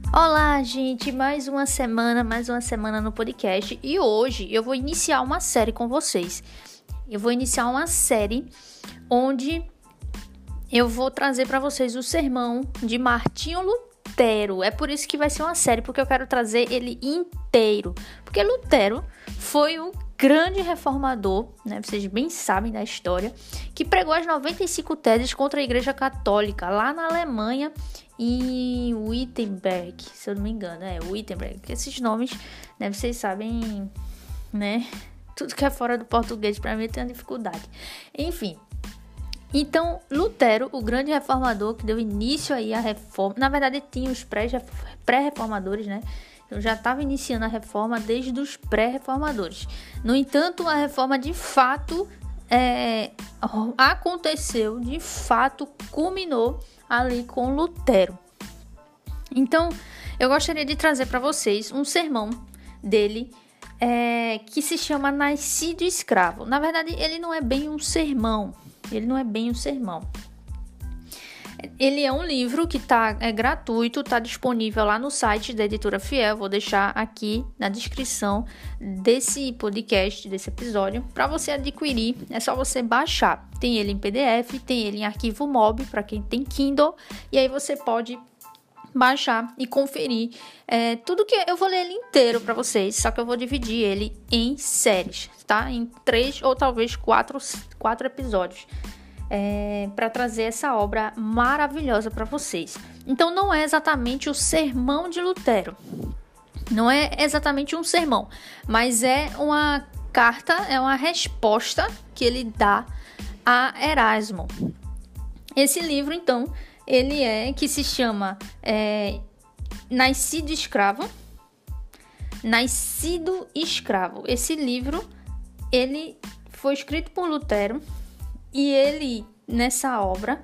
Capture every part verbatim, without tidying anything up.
Olá, gente, mais uma semana, mais uma semana no podcast e hoje eu vou iniciar uma série com vocês. Eu vou iniciar uma série onde eu vou trazer para vocês o sermão de Martinho Lutero. É por isso que vai ser uma série, porque eu quero trazer ele inteiro. Porque Lutero foi um grande reformador, né? Vocês bem sabem da história, que pregou as noventa e cinco teses contra a Igreja Católica lá na Alemanha, em Wittenberg, se eu não me engano, é Wittenberg. Esses nomes, né, vocês sabem, né? Tudo que é fora do português para mim eu tenho dificuldade. Enfim, então Lutero, o grande reformador que deu início aí à reforma, na verdade tinha os pré-reformadores, né? Eu já estava iniciando a reforma desde os pré-reformadores. No entanto, a reforma de fato é, aconteceu, de fato culminou ali com Lutero. Então, eu gostaria de trazer para vocês um sermão dele é, que se chama Nascido Escravo. Na verdade, ele não é bem um sermão. Ele não é bem um sermão. Ele é um livro que tá, é gratuito, está disponível lá no site da Editora Fiel. Vou deixar aqui na descrição desse podcast, desse episódio, para você adquirir. É só você baixar. Tem ele em P D F, tem ele em arquivo M O B para quem tem Kindle. E aí você pode baixar e conferir é, tudo que eu vou ler ele inteiro para vocês. Só que eu vou dividir ele em séries, tá? Em três ou talvez quatro, quatro episódios. É, para trazer essa obra maravilhosa para vocês. Então não é exatamente o sermão de Lutero, não é exatamente um sermão, mas é uma carta, é uma resposta que ele dá a Erasmo. Esse livro, então, ele é que se chama é, Nascido Escravo. Nascido Escravo. Esse livro, ele foi escrito por Lutero. E ele, nessa obra,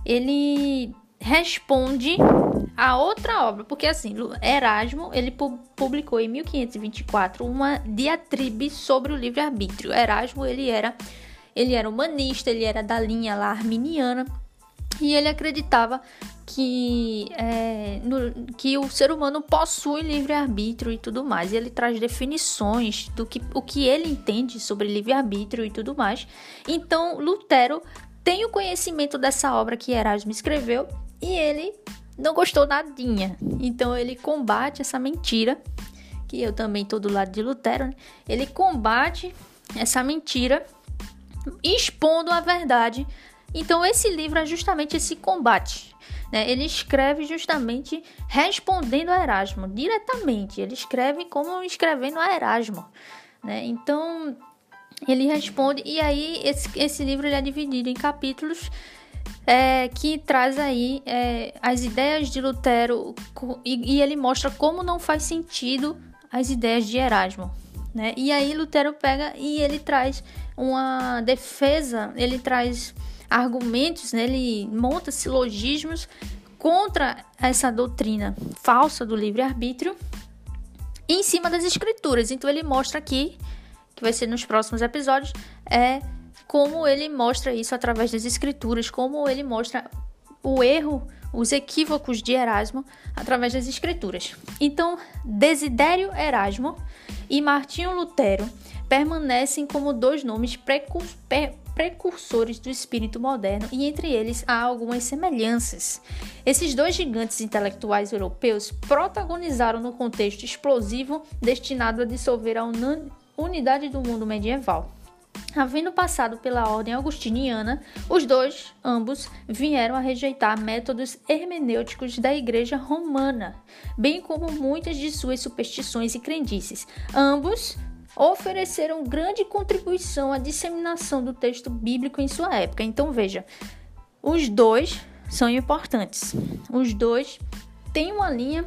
ele responde a outra obra. Porque, assim, Erasmo, ele publicou em mil quinhentos e vinte e quatro uma diatribe sobre o livre-arbítrio. Erasmo, ele era, ele era humanista, ele era da linha lá arminiana. E ele acreditava que, é, no, que o ser humano possui livre-arbítrio e tudo mais. E ele traz definições do que, o que ele entende sobre livre-arbítrio e tudo mais. Então, Lutero tem o conhecimento dessa obra que Erasmo escreveu e ele não gostou nadinha. Então, ele combate essa mentira, que eu também estou do lado de Lutero, né? Ele combate essa mentira expondo a verdade. Então, esse livro é justamente esse combate, né? Ele escreve justamente respondendo a Erasmo, diretamente. Ele escreve como escrevendo a Erasmo, né? Então, ele responde. E aí, esse, esse livro ele é dividido em capítulos é, que traz aí é, as ideias de Lutero e, e ele mostra como não faz sentido as ideias de Erasmo, né? E aí, Lutero pega e ele traz uma defesa, ele traz argumentos, né? Ele monta silogismos contra essa doutrina falsa do livre-arbítrio em cima das escrituras. Então ele mostra aqui, que vai ser nos próximos episódios, é como ele mostra isso através das escrituras, como ele mostra o erro, os equívocos de Erasmo através das escrituras. Então, Desidério Erasmo e Martinho Lutero permanecem como dois nomes precursores precursores do espírito moderno e entre eles há algumas semelhanças. Esses dois gigantes intelectuais europeus protagonizaram no contexto explosivo destinado a dissolver a unidade do mundo medieval. Havendo passado pela ordem augustiniana, os dois, ambos, vieram a rejeitar métodos hermenêuticos da Igreja Romana, bem como muitas de suas superstições e crendices. Ambos ofereceram grande contribuição à disseminação do texto bíblico em sua época. Então, veja, os dois são importantes. Os dois têm uma linha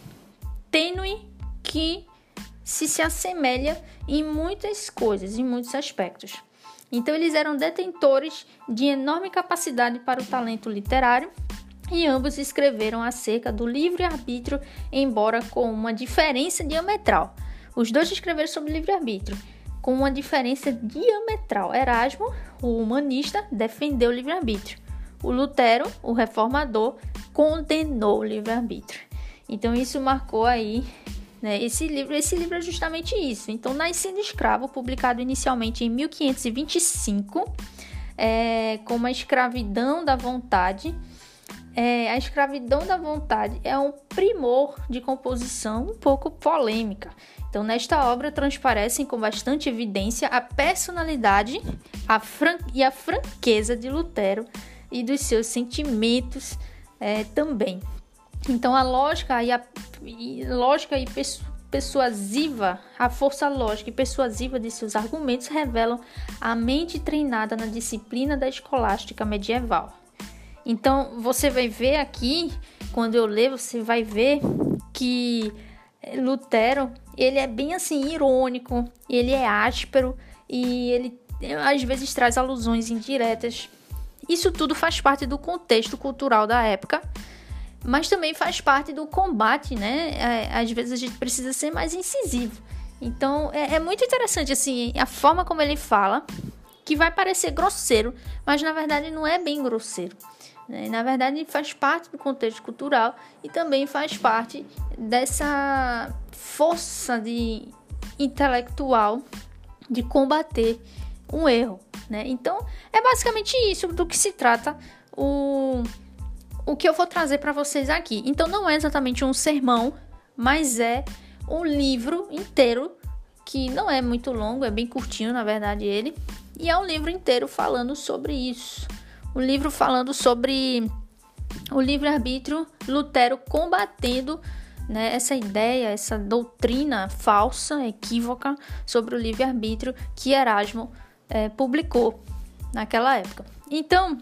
tênue que se, se assemelha em muitas coisas, em muitos aspectos. Então, eles eram detentores de enorme capacidade para o talento literário e ambos escreveram acerca do livre-arbítrio, embora com uma diferença diametral. Os dois escreveram sobre livre-arbítrio, com uma diferença diametral. Erasmo, o humanista, defendeu o livre-arbítrio. O Lutero, o reformador, condenou o livre-arbítrio. Então isso marcou aí, né, esse livro. Esse livro é justamente isso. Então, Nascendo Escravo, publicado inicialmente em mil quinhentos e vinte e cinco, é, como a escravidão da vontade. É, a escravidão da vontade é um primor de composição um pouco polêmica. Então, nesta obra transparecem com bastante evidência a personalidade a fran- e a franqueza de Lutero e dos seus sentimentos é, também. Então, a lógica e a e, lógica e persu- persuasiva, a força lógica e persuasiva de seus argumentos revelam a mente treinada na disciplina da escolástica medieval. Então, você vai ver aqui, quando eu ler, você vai ver que Lutero, ele é bem assim, irônico, ele é áspero e ele às vezes traz alusões indiretas. Isso tudo faz parte do contexto cultural da época, mas também faz parte do combate, né? É, às vezes a gente precisa ser mais incisivo. Então, é, é muito interessante, assim, a forma como ele fala, que vai parecer grosseiro, mas na verdade não é bem grosseiro. Na verdade, faz parte do contexto cultural e também faz parte dessa força de intelectual de combater um erro, né? Então, é basicamente isso do que se trata o, o que eu vou trazer para vocês aqui. Então, não é exatamente um sermão, mas é um livro inteiro, que não é muito longo, é bem curtinho, na verdade, ele. E é um livro inteiro falando sobre isso. Um livro falando sobre o livre-arbítrio, Lutero combatendo, né, essa ideia, essa doutrina falsa, equívoca sobre o livre-arbítrio que Erasmo é, publicou naquela época. Então,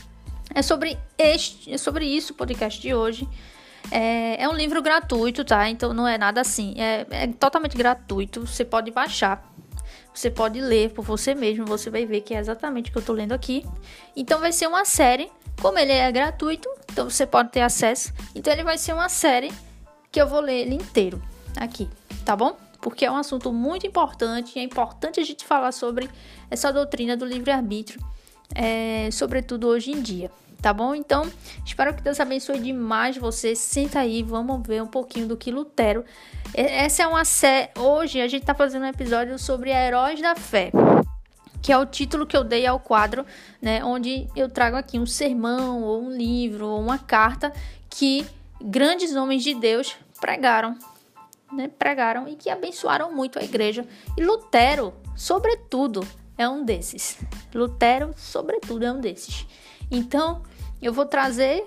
é sobre, este, é sobre isso o podcast de hoje. É, é um livro gratuito, tá? Então não é nada assim, é, é totalmente gratuito, você pode baixar. Você pode ler por você mesmo, você vai ver que é exatamente o que eu tô lendo aqui. Então vai ser uma série, como ele é gratuito, então você pode ter acesso. Então ele vai ser uma série que eu vou ler ele inteiro aqui, tá bom? Porque é um assunto muito importante, é importante a gente falar sobre essa doutrina do livre-arbítrio, é, sobretudo hoje em dia, tá bom? Então, espero que Deus abençoe demais você. Senta aí, vamos ver um pouquinho do que Lutero... Essa é uma série... Hoje a gente tá fazendo um episódio sobre Heróis da Fé, que é o título que eu dei ao quadro, né? Onde eu trago aqui um sermão, ou um livro, ou uma carta que grandes homens de Deus pregaram, né? Pregaram e que abençoaram muito a igreja. E Lutero, sobretudo, é um desses. Lutero, sobretudo, é um desses. Então, eu vou trazer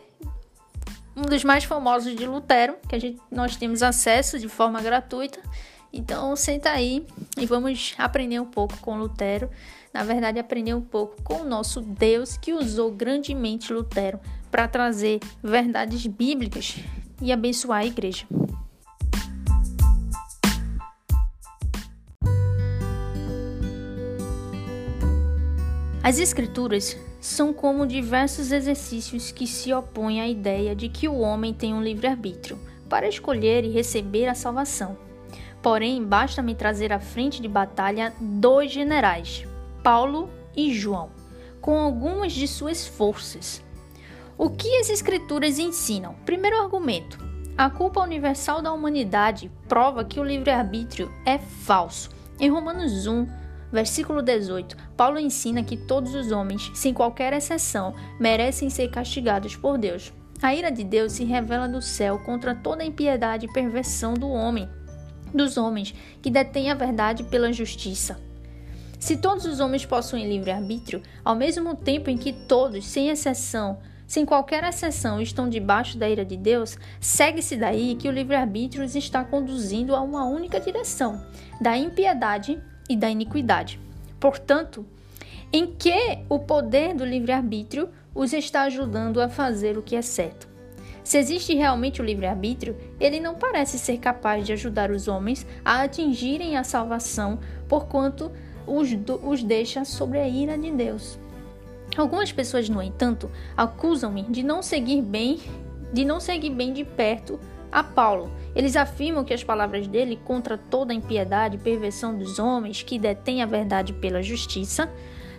um dos mais famosos de Lutero, que a gente, nós temos acesso de forma gratuita. Então, senta aí e vamos aprender um pouco com Lutero. Na verdade, aprender um pouco com o nosso Deus, que usou grandemente Lutero para trazer verdades bíblicas e abençoar a igreja. As Escrituras são como diversos exercícios que se opõem à ideia de que o homem tem um livre-arbítrio para escolher e receber a salvação. Porém, basta-me trazer à frente de batalha dois generais, Paulo e João, com algumas de suas forças. O que as Escrituras ensinam? Primeiro argumento: a culpa universal da humanidade prova que o livre-arbítrio é falso. Em Romanos um, versículo dezoito, Paulo ensina que todos os homens, sem qualquer exceção, merecem ser castigados por Deus. A ira de Deus se revela do céu contra toda a impiedade e perversão do homem, dos homens que detêm a verdade pela justiça. Se todos os homens possuem livre-arbítrio, ao mesmo tempo em que todos, sem exceção, sem qualquer exceção, estão debaixo da ira de Deus, segue-se daí que o livre-arbítrio os está conduzindo a uma única direção, da impiedade e da iniquidade. Portanto, em que o poder do livre-arbítrio os está ajudando a fazer o que é certo? Se existe realmente o livre-arbítrio, ele não parece ser capaz de ajudar os homens a atingirem a salvação, porquanto os, os deixa sob a ira de Deus. Algumas pessoas, no entanto, acusam-me de não seguir bem, de não seguir bem de perto a Paulo. Eles afirmam que as palavras dele contra toda a impiedade e perversão dos homens que detêm a verdade pela justiça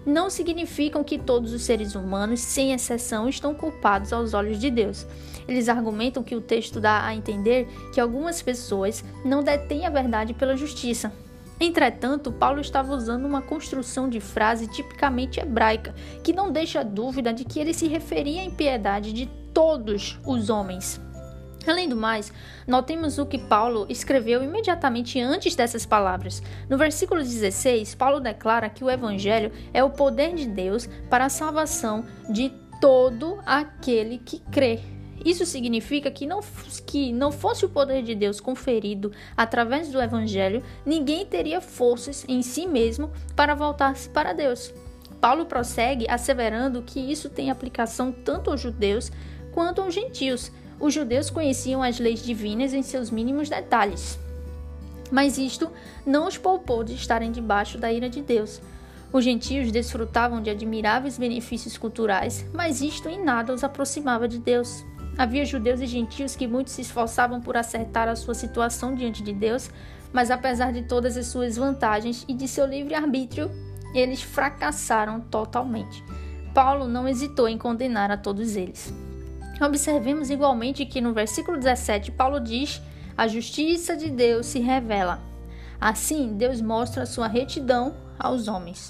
não significam que todos os seres humanos, sem exceção, estão culpados aos olhos de Deus. Eles argumentam que o texto dá a entender que algumas pessoas não detêm a verdade pela justiça. Entretanto, Paulo estava usando uma construção de frase tipicamente hebraica, que não deixa dúvida de que ele se referia à impiedade de todos os homens. Além do mais, notemos o que Paulo escreveu imediatamente antes dessas palavras. No versículo dezesseis, Paulo declara que o Evangelho é o poder de Deus para a salvação de todo aquele que crê. Isso significa que não, que não fosse o poder de Deus conferido através do Evangelho, ninguém teria forças em si mesmo para voltar-se para Deus. Paulo prossegue asseverando que isso tem aplicação tanto aos judeus quanto aos gentios. Os judeus conheciam as leis divinas em seus mínimos detalhes, mas isto não os poupou de estarem debaixo da ira de Deus. Os gentios desfrutavam de admiráveis benefícios culturais, mas isto em nada os aproximava de Deus. Havia judeus e gentios que muito se esforçavam por acertar a sua situação diante de Deus, mas apesar de todas as suas vantagens e de seu livre-arbítrio, eles fracassaram totalmente. Paulo não hesitou em condenar a todos eles. Observemos igualmente que no versículo dezessete, Paulo diz: a justiça de Deus se revela. Assim, Deus mostra a sua retidão aos homens.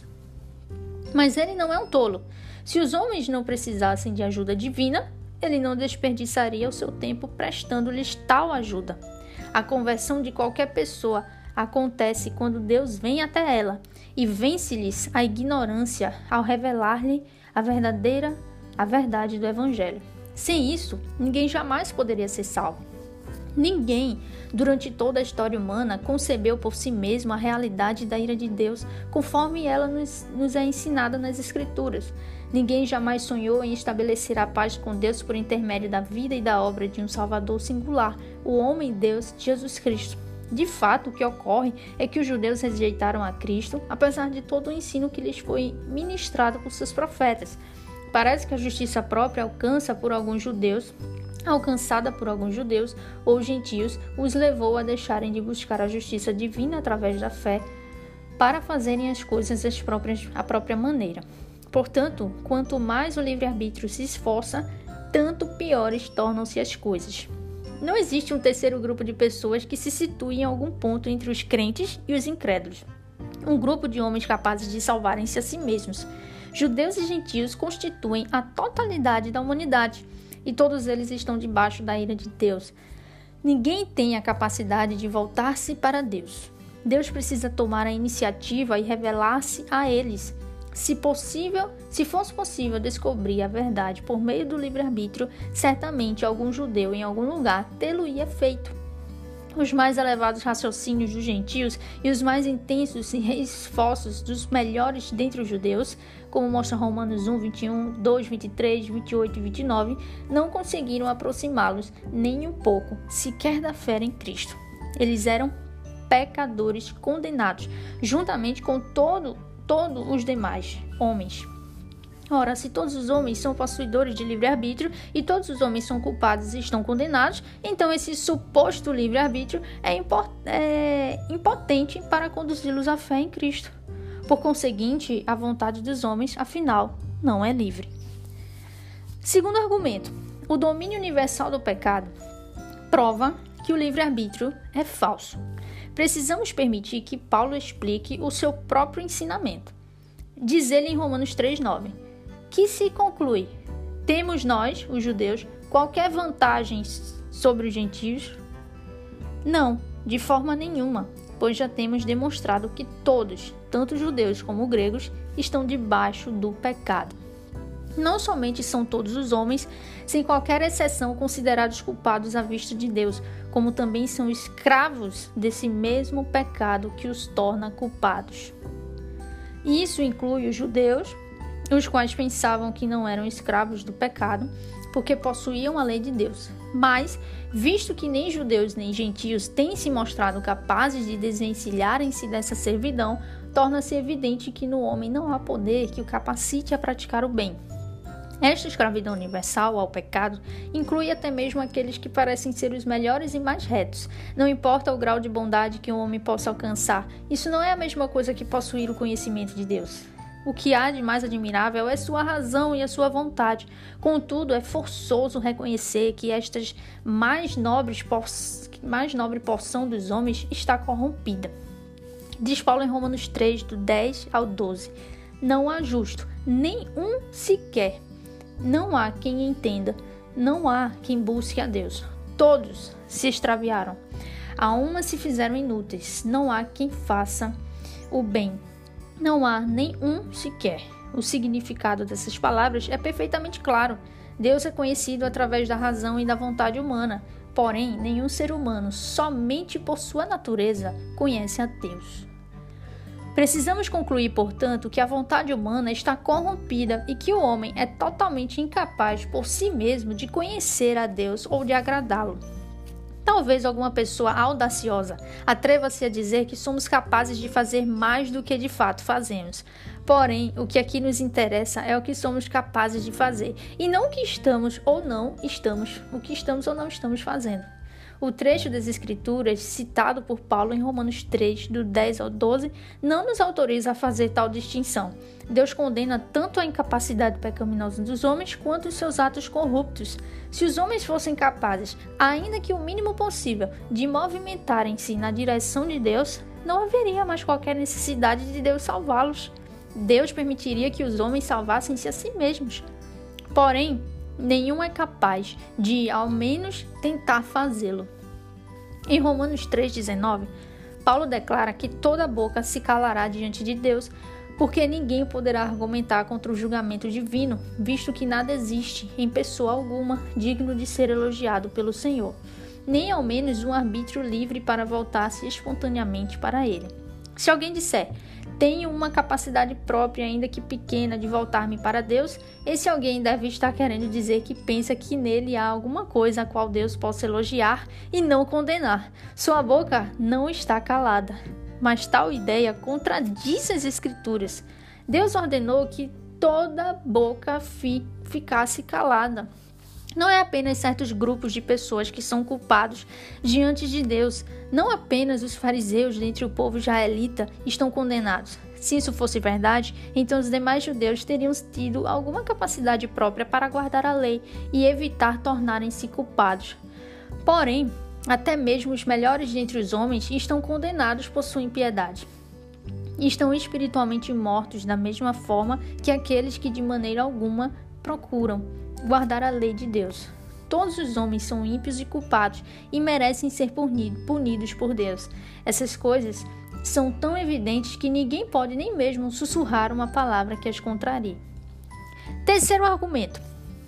Mas ele não é um tolo. Se os homens não precisassem de ajuda divina, ele não desperdiçaria o seu tempo prestando-lhes tal ajuda. A conversão de qualquer pessoa acontece quando Deus vem até ela e vence-lhes a ignorância ao revelar-lhe a verdadeira, a verdade do Evangelho. Sem isso, ninguém jamais poderia ser salvo. Ninguém, durante toda a história humana, concebeu por si mesmo a realidade da ira de Deus, conforme ela nos, nos é ensinada nas Escrituras. Ninguém jamais sonhou em estabelecer a paz com Deus por intermédio da vida e da obra de um Salvador singular, o homem-Deus Jesus Cristo. De fato, o que ocorre é que os judeus rejeitaram a Cristo, apesar de todo o ensino que lhes foi ministrado por seus profetas. Parece que a justiça própria alcança por alguns judeus, alcançada por alguns judeus ou gentios, os levou a deixarem de buscar a justiça divina através da fé para fazerem as coisas as próprias, à própria maneira. Portanto, quanto mais o livre-arbítrio se esforça, tanto piores tornam-se as coisas. Não existe um terceiro grupo de pessoas que se situe em algum ponto entre os crentes e os incrédulos. Um grupo de homens capazes de salvarem-se a si mesmos. Judeus e gentios constituem a totalidade da humanidade, e todos eles estão debaixo da ira de Deus. Ninguém tem a capacidade de voltar-se para Deus. Deus precisa tomar a iniciativa e revelar-se a eles. Se possível, se fosse possível descobrir a verdade por meio do livre-arbítrio, certamente algum judeu em algum lugar tê-lo-ia feito. Os mais elevados raciocínios dos gentios e os mais intensos esforços dos melhores dentre os judeus, como mostra Romanos um, vinte e um, dois, vinte e três, vinte e oito e vinte e nove, não conseguiram aproximá-los nem um pouco, sequer da fé em Cristo. Eles eram pecadores condenados, juntamente com todo, todos os demais homens. Ora, se todos os homens são possuidores de livre-arbítrio e todos os homens são culpados e estão condenados, então esse suposto livre-arbítrio é, import- é impotente para conduzi-los à fé em Cristo. Por conseguinte, a vontade dos homens, afinal, não é livre. Segundo argumento, o domínio universal do pecado prova que o livre-arbítrio é falso. Precisamos permitir que Paulo explique o seu próprio ensinamento. Diz ele em Romanos três, nove. Que se conclui: temos nós, os judeus, qualquer vantagem sobre os gentios? Não, de forma nenhuma, pois já temos demonstrado que todos, tanto judeus como gregos, estão debaixo do pecado. Não somente são todos os homens, sem qualquer exceção, considerados culpados à vista de Deus, como também são escravos desse mesmo pecado que os torna culpados. E isso inclui os judeus, os quais pensavam que não eram escravos do pecado, porque possuíam a lei de Deus. Mas, visto que nem judeus nem gentios têm se mostrado capazes de desvencilharem-se dessa servidão, torna-se evidente que no homem não há poder que o capacite a praticar o bem. Esta escravidão universal ao pecado inclui até mesmo aqueles que parecem ser os melhores e mais retos. Não importa o grau de bondade que um homem possa alcançar, isso não é a mesma coisa que possuir o conhecimento de Deus. O que há de mais admirável é sua razão e a sua vontade. Contudo, é forçoso reconhecer que estas mais nobres mais nobre porção dos homens está corrompida. Diz Paulo em Romanos três, do dez ao doze. Não há justo, nem um sequer. Não há quem entenda, não há quem busque a Deus. Todos se extraviaram. A uma se fizeram inúteis. Não há quem faça o bem. Não há nem um sequer. O significado dessas palavras é perfeitamente claro. Deus é conhecido através da razão e da vontade humana. Porém, nenhum ser humano, somente por sua natureza, conhece a Deus. Precisamos concluir, portanto, que a vontade humana está corrompida e que o homem é totalmente incapaz por si mesmo de conhecer a Deus ou de agradá-lo. Talvez alguma pessoa audaciosa atreva-se a dizer que somos capazes de fazer mais do que de fato fazemos. Porém, o que aqui nos interessa é o que somos capazes de fazer, e não o que estamos ou não estamos, o que estamos ou não estamos fazendo. O trecho das Escrituras, citado por Paulo em Romanos três, do dez ao doze, não nos autoriza a fazer tal distinção. Deus condena tanto a incapacidade pecaminosa dos homens quanto os seus atos corruptos. Se os homens fossem capazes, ainda que o mínimo possível, de movimentarem-se na direção de Deus, não haveria mais qualquer necessidade de Deus salvá-los. Deus permitiria que os homens salvassem-se a si mesmos. Porém, nenhum é capaz de, ao menos, tentar fazê-lo. Em Romanos três, dezenove, Paulo declara que toda boca se calará diante de Deus, porque ninguém poderá argumentar contra o julgamento divino, visto que nada existe, em pessoa alguma, digno de ser elogiado pelo Senhor, nem ao menos um arbítrio livre para voltar-se espontaneamente para ele. Se alguém disser, tenho uma capacidade própria, ainda que pequena, de voltar-me para Deus, esse alguém deve estar querendo dizer que pensa que nele há alguma coisa a qual Deus possa elogiar e não condenar. Sua boca não está calada. Mas tal ideia contradiz as Escrituras. Deus ordenou que toda boca fi, ficasse calada. Não é apenas certos grupos de pessoas que são culpados diante de Deus. Não apenas os fariseus dentre o povo israelita estão condenados. Se isso fosse verdade, então os demais judeus teriam tido alguma capacidade própria para guardar a lei e evitar tornarem-se culpados. Porém, até mesmo os melhores dentre os homens estão condenados por sua impiedade. Estão espiritualmente mortos da mesma forma que aqueles que de maneira alguma procuram guardar a lei de Deus. Todos os homens são ímpios e culpados e merecem ser punidos por Deus. Essas coisas são tão evidentes que ninguém pode nem mesmo sussurrar uma palavra que as contrarie. Terceiro argumento.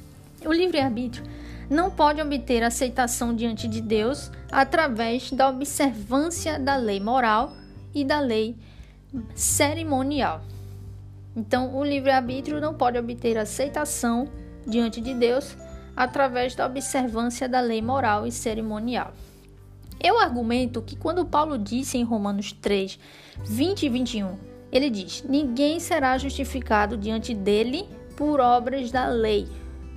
O livre-arbítrio não pode obter aceitação diante de Deus através da observância da lei moral e da lei cerimonial. Então, o livre-arbítrio não pode obter aceitação diante de Deus através da observância da lei moral e cerimonial. Eu argumento que quando Paulo disse em Romanos três, vinte e vinte e um, ele diz, ninguém será justificado diante dele por obras da lei.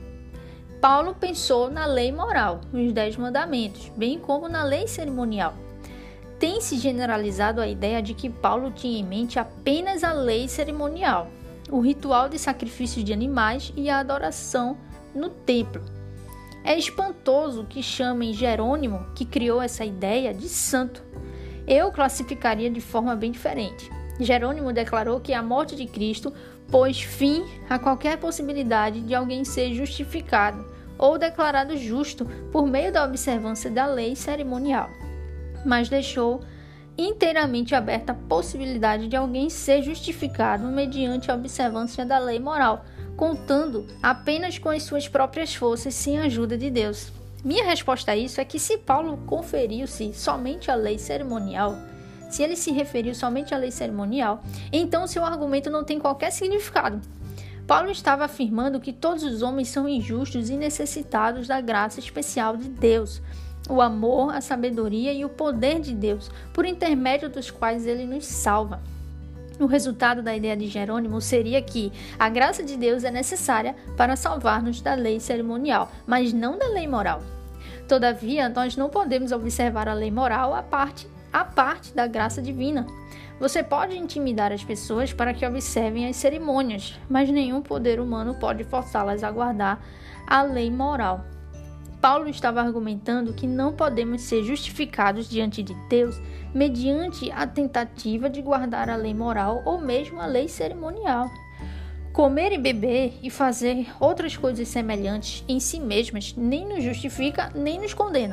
Paulo pensou na lei moral, nos dez mandamentos, bem como na lei cerimonial. Tem-se generalizado a ideia de que Paulo tinha em mente apenas a lei cerimonial, o ritual de sacrifícios de animais e a adoração no templo. É espantoso que chamem Jerônimo, que criou essa ideia, de santo. Eu classificaria de forma bem diferente. Jerônimo declarou que a morte de Cristo pôs fim a qualquer possibilidade de alguém ser justificado ou declarado justo por meio da observância da lei cerimonial, mas deixou inteiramente aberta a possibilidade de alguém ser justificado mediante a observância da lei moral, contando apenas com as suas próprias forças sem a ajuda de Deus. Minha resposta a isso é que se Paulo conferiu-se somente à lei cerimonial, se ele se referiu somente à lei cerimonial, então seu argumento não tem qualquer significado. Paulo estava afirmando que todos os homens são injustos e necessitados da graça especial de Deus, o amor, a sabedoria e o poder de Deus, por intermédio dos quais ele nos salva. O resultado da ideia de Jerônimo seria que a graça de Deus é necessária para salvar-nos da lei cerimonial, mas não da lei moral. Todavia, nós não podemos observar a lei moral à parte, à parte da graça divina. Você pode intimidar as pessoas para que observem as cerimônias, mas nenhum poder humano pode forçá-las a guardar a lei moral. Paulo estava argumentando que não podemos ser justificados diante de Deus mediante a tentativa de guardar a lei moral ou mesmo a lei cerimonial. Comer e beber e fazer outras coisas semelhantes em si mesmas nem nos justifica nem nos condena.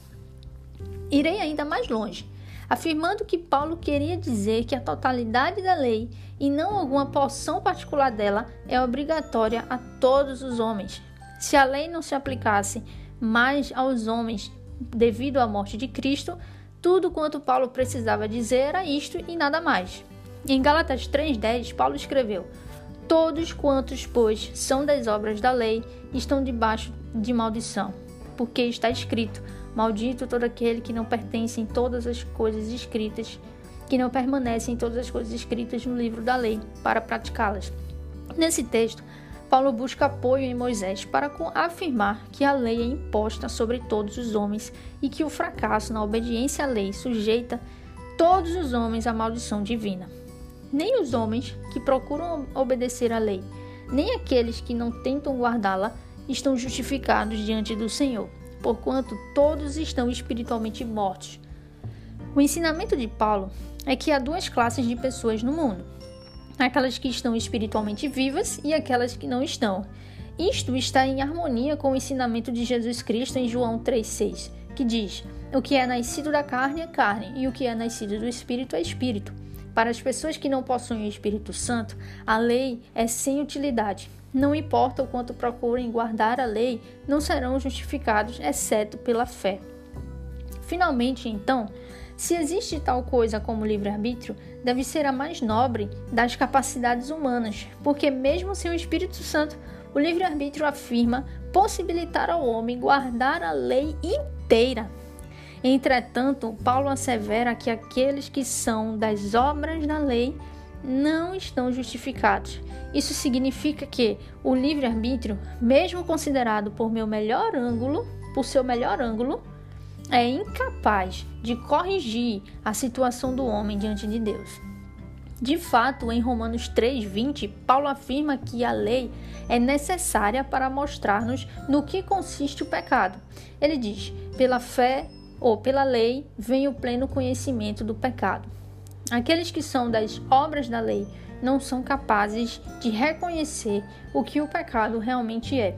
Irei ainda mais longe, afirmando que Paulo queria dizer que a totalidade da lei e não alguma porção particular dela é obrigatória a todos os homens. Se a lei não se aplicasse mais aos homens devido à morte de Cristo, tudo quanto Paulo precisava dizer era isto e nada mais. Em Gálatas três dez, Paulo escreveu: todos quantos, pois, são das obras da lei, estão debaixo de maldição, porque está escrito: maldito todo aquele que não pertence em todas as coisas escritas, que não permanece em todas as coisas escritas no livro da lei, para praticá-las. Nesse texto, Paulo busca apoio em Moisés para afirmar que a lei é imposta sobre todos os homens e que o fracasso na obediência à lei sujeita todos os homens à maldição divina. Nem os homens que procuram obedecer à lei, nem aqueles que não tentam guardá-la, estão justificados diante do Senhor, porquanto todos estão espiritualmente mortos. O ensinamento de Paulo é que há duas classes de pessoas no mundo: aquelas que estão espiritualmente vivas e aquelas que não estão. Isto está em harmonia com o ensinamento de Jesus Cristo em João três seis, que diz: o que é nascido da carne é carne, e o que é nascido do Espírito é Espírito. Para as pessoas que não possuem o Espírito Santo, a lei é sem utilidade. Não importa o quanto procurem guardar a lei, não serão justificados, exceto pela fé. Finalmente, então, se existe tal coisa como livre-arbítrio, deve ser a mais nobre das capacidades humanas, porque mesmo sem o Espírito Santo, o livre-arbítrio afirma possibilitar ao homem guardar a lei inteira. Entretanto, Paulo assevera que aqueles que são das obras da lei não estão justificados. Isso significa que o livre-arbítrio, mesmo considerado por meu melhor ângulo, por seu melhor ângulo, é incapaz de corrigir a situação do homem diante de Deus. De fato, em Romanos três vinte, Paulo afirma que a lei é necessária para mostrar-nos no que consiste o pecado. Ele diz: pela fé ou pela lei vem o pleno conhecimento do pecado. Aqueles que são das obras da lei não são capazes de reconhecer o que o pecado realmente é.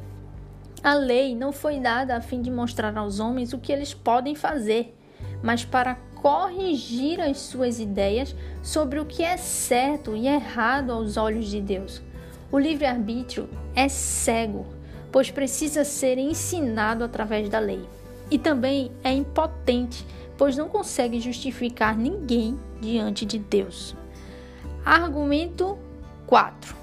A lei não foi dada a fim de mostrar aos homens o que eles podem fazer, mas para corrigir as suas ideias sobre o que é certo e errado aos olhos de Deus. O livre-arbítrio é cego, pois precisa ser ensinado através da lei. E também é impotente, pois não consegue justificar ninguém diante de Deus. Argumento quatro.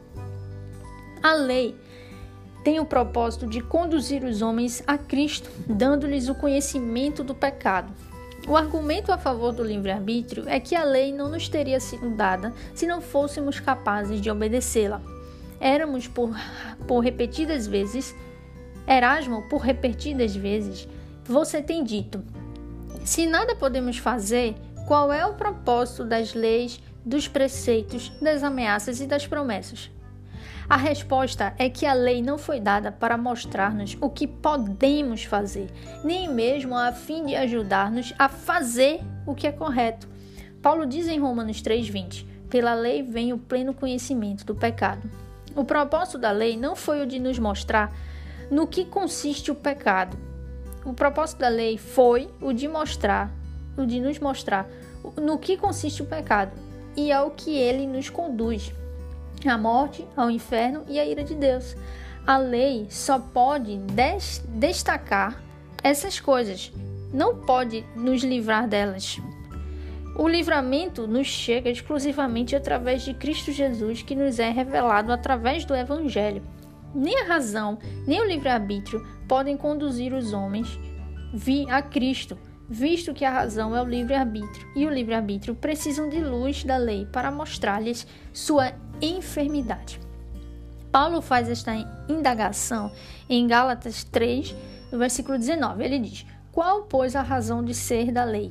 A lei tem o propósito de conduzir os homens a Cristo, dando-lhes o conhecimento do pecado. O argumento a favor do livre-arbítrio é que a lei não nos teria sido dada se não fôssemos capazes de obedecê-la. Éramos por, por repetidas vezes, Erasmo, por repetidas vezes, você tem dito: se nada podemos fazer, qual é o propósito das leis, dos preceitos, das ameaças e das promessas? A resposta é que a lei não foi dada para mostrar-nos o que podemos fazer, nem mesmo a fim de ajudar-nos a fazer o que é correto. Paulo diz em Romanos três vinte, pela lei vem o pleno conhecimento do pecado. O propósito da lei não foi o de nos mostrar no que consiste o pecado. O propósito da lei foi o de mostrar, o de nos mostrar no que consiste o pecado e ao que ele nos conduz. A morte, ao inferno e à ira de Deus. A lei só pode des- destacar essas coisas, não pode nos livrar delas. O livramento nos chega exclusivamente através de Cristo Jesus, que nos é revelado através do Evangelho. Nem a razão, nem o livre-arbítrio podem conduzir os homens a Cristo, visto que a razão é o livre-arbítrio e o livre-arbítrio precisam de luz da lei para mostrar-lhes sua enfermidade. Paulo faz esta indagação em Gálatas três, no versículo dezenove. Ele diz: qual, pois, a razão de ser da lei?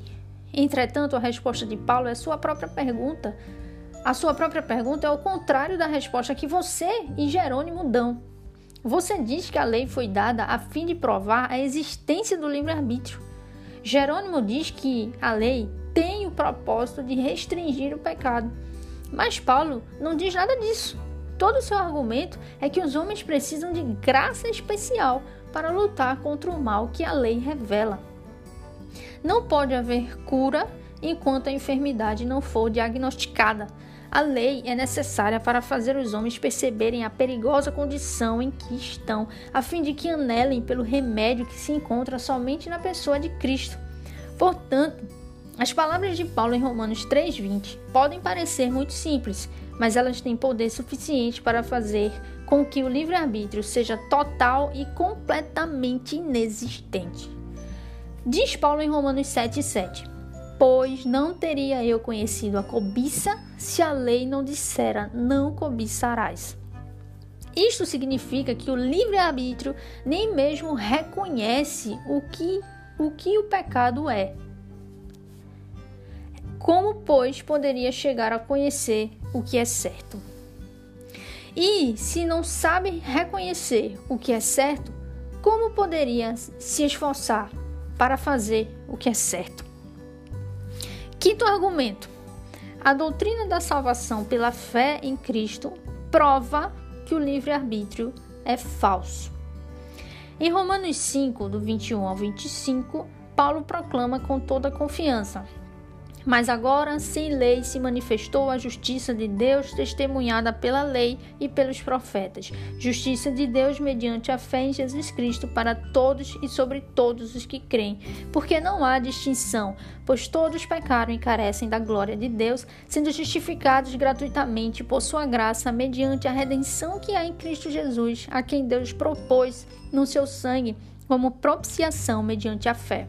Entretanto, a resposta de Paulo é a sua própria pergunta. A sua própria pergunta é o contrário da resposta que você e Jerônimo dão. Você diz que a lei foi dada a fim de provar a existência do livre-arbítrio. Jerônimo diz que a lei tem o propósito de restringir o pecado. Mas Paulo não diz nada disso. Todo o seu argumento é que os homens precisam de graça especial para lutar contra o mal que a lei revela. Não pode haver cura enquanto a enfermidade não for diagnosticada. A lei é necessária para fazer os homens perceberem a perigosa condição em que estão, a fim de que anelem pelo remédio que se encontra somente na pessoa de Cristo. Portanto, as palavras de Paulo em Romanos três, vinte podem parecer muito simples, mas elas têm poder suficiente para fazer com que o livre-arbítrio seja total e completamente inexistente. Diz Paulo em Romanos sete, sete: Pois não teria eu conhecido a cobiça se a lei não dissera, não cobiçarás. Isto significa que o livre-arbítrio nem mesmo reconhece o que, o que o pecado é. Como, pois, poderia chegar a conhecer o que é certo? E, se não sabe reconhecer o que é certo, como poderia se esforçar para fazer o que é certo? Quinto argumento. A doutrina da salvação pela fé em Cristo prova que o livre-arbítrio é falso. Em Romanos cinco, do vinte e um ao vinte e cinco, Paulo proclama com toda confiança: Mas agora, sem lei, se manifestou a justiça de Deus, testemunhada pela lei e pelos profetas. Justiça de Deus mediante a fé em Jesus Cristo para todos e sobre todos os que creem. Porque não há distinção, pois todos pecaram e carecem da glória de Deus, sendo justificados gratuitamente por sua graça, mediante a redenção que há em Cristo Jesus, a quem Deus propôs no seu sangue como propiciação mediante a fé.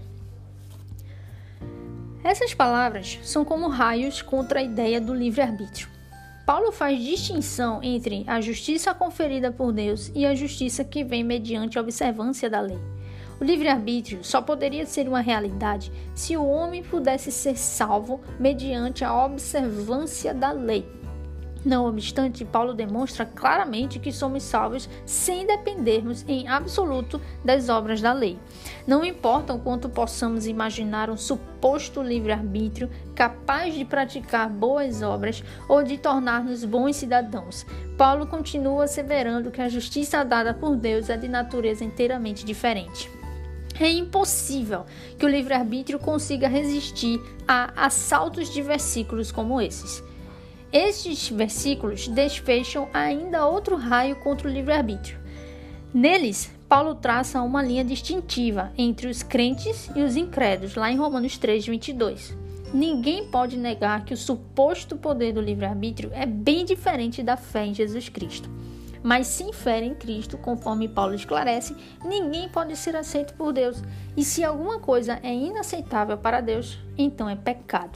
Essas palavras são como raios contra a ideia do livre-arbítrio. Paulo faz distinção entre a justiça conferida por Deus e a justiça que vem mediante a observância da lei. O livre-arbítrio só poderia ser uma realidade se o homem pudesse ser salvo mediante a observância da lei. Não obstante, Paulo demonstra claramente que somos salvos sem dependermos em absoluto das obras da lei. Não importa o quanto possamos imaginar um suposto livre-arbítrio capaz de praticar boas obras ou de tornar-nos bons cidadãos, Paulo continua asseverando que a justiça dada por Deus é de natureza inteiramente diferente. É impossível que o livre-arbítrio consiga resistir a assaltos de versículos como esses. Estes versículos desfecham ainda outro raio contra o livre-arbítrio. Neles, Paulo traça uma linha distintiva entre os crentes e os incrédulos, lá em Romanos três, vinte e dois. Ninguém pode negar que o suposto poder do livre-arbítrio é bem diferente da fé em Jesus Cristo. Mas sem fé em Cristo, conforme Paulo esclarece, ninguém pode ser aceito por Deus. E se alguma coisa é inaceitável para Deus, então é pecado.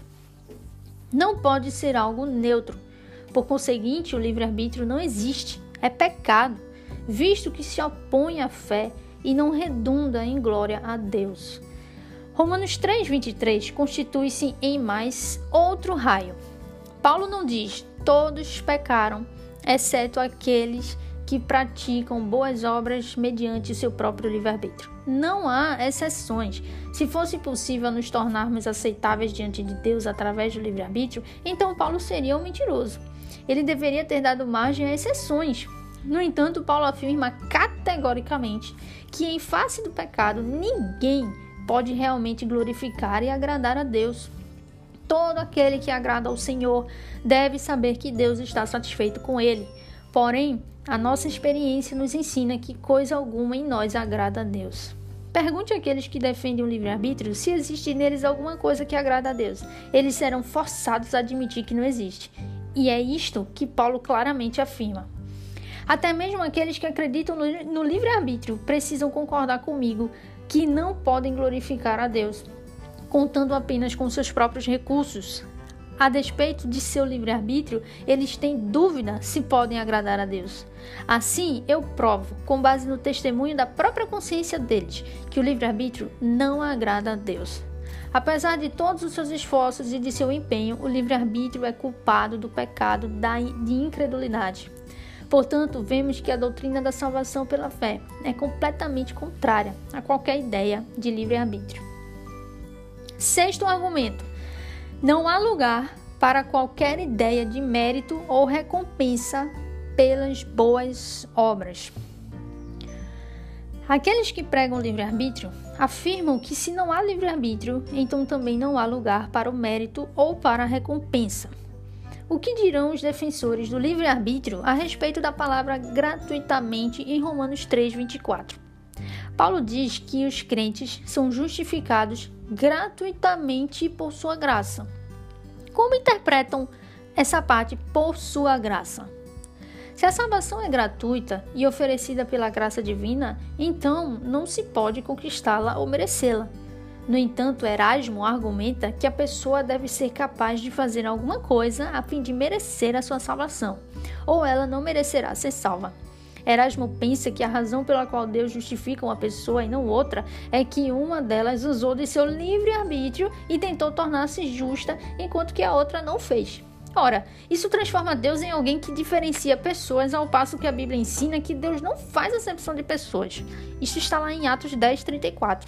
Não pode ser algo neutro. Por conseguinte, o livre-arbítrio não existe. É pecado, visto que se opõe à fé e não redunda em glória a Deus. Romanos três, vinte e três constitui-se em mais outro raio. Paulo não diz: todos pecaram, exceto aqueles que praticam boas obras mediante seu próprio livre-arbítrio. Não há exceções. Se fosse possível nos tornarmos aceitáveis diante de Deus através do livre-arbítrio, então Paulo seria um mentiroso. Ele deveria ter dado margem a exceções. No entanto, Paulo afirma categoricamente que em face do pecado, ninguém pode realmente glorificar e agradar a Deus. Todo aquele que agrada ao Senhor deve saber que Deus está satisfeito com ele. Porém, a nossa experiência nos ensina que coisa alguma em nós agrada a Deus. Pergunte àqueles que defendem o livre-arbítrio se existe neles alguma coisa que agrada a Deus. Eles serão forçados a admitir que não existe. E é isto que Paulo claramente afirma. Até mesmo aqueles que acreditam no livre-arbítrio precisam concordar comigo que não podem glorificar a Deus, contando apenas com seus próprios recursos. A despeito de seu livre-arbítrio, eles têm dúvida se podem agradar a Deus. Assim, eu provo, com base no testemunho da própria consciência deles, que o livre-arbítrio não agrada a Deus. Apesar de todos os seus esforços e de seu empenho, o livre-arbítrio é culpado do pecado de incredulidade. Portanto, vemos que a doutrina da salvação pela fé é completamente contrária a qualquer ideia de livre-arbítrio. Sexto argumento: não há lugar para qualquer ideia de mérito ou recompensa pelas boas obras. Aqueles que pregam livre-arbítrio afirmam que se não há livre-arbítrio, então também não há lugar para o mérito ou para a recompensa. O que dirão os defensores do livre-arbítrio a respeito da palavra gratuitamente em Romanos três, vinte e quatro? Paulo diz que os crentes são justificados gratuitamente por sua graça. Como interpretam essa parte por sua graça? Se a salvação é gratuita e oferecida pela graça divina, então não se pode conquistá-la ou merecê-la. No entanto, Erasmo argumenta que a pessoa deve ser capaz de fazer alguma coisa a fim de merecer a sua salvação, ou ela não merecerá ser salva. Erasmo pensa que a razão pela qual Deus justifica uma pessoa e não outra é que uma delas usou de seu livre-arbítrio e tentou tornar-se justa, enquanto que a outra não fez. Ora, isso transforma Deus em alguém que diferencia pessoas, ao passo que a Bíblia ensina que Deus não faz acepção de pessoas. Isso está lá em Atos dez, trinta e quatro.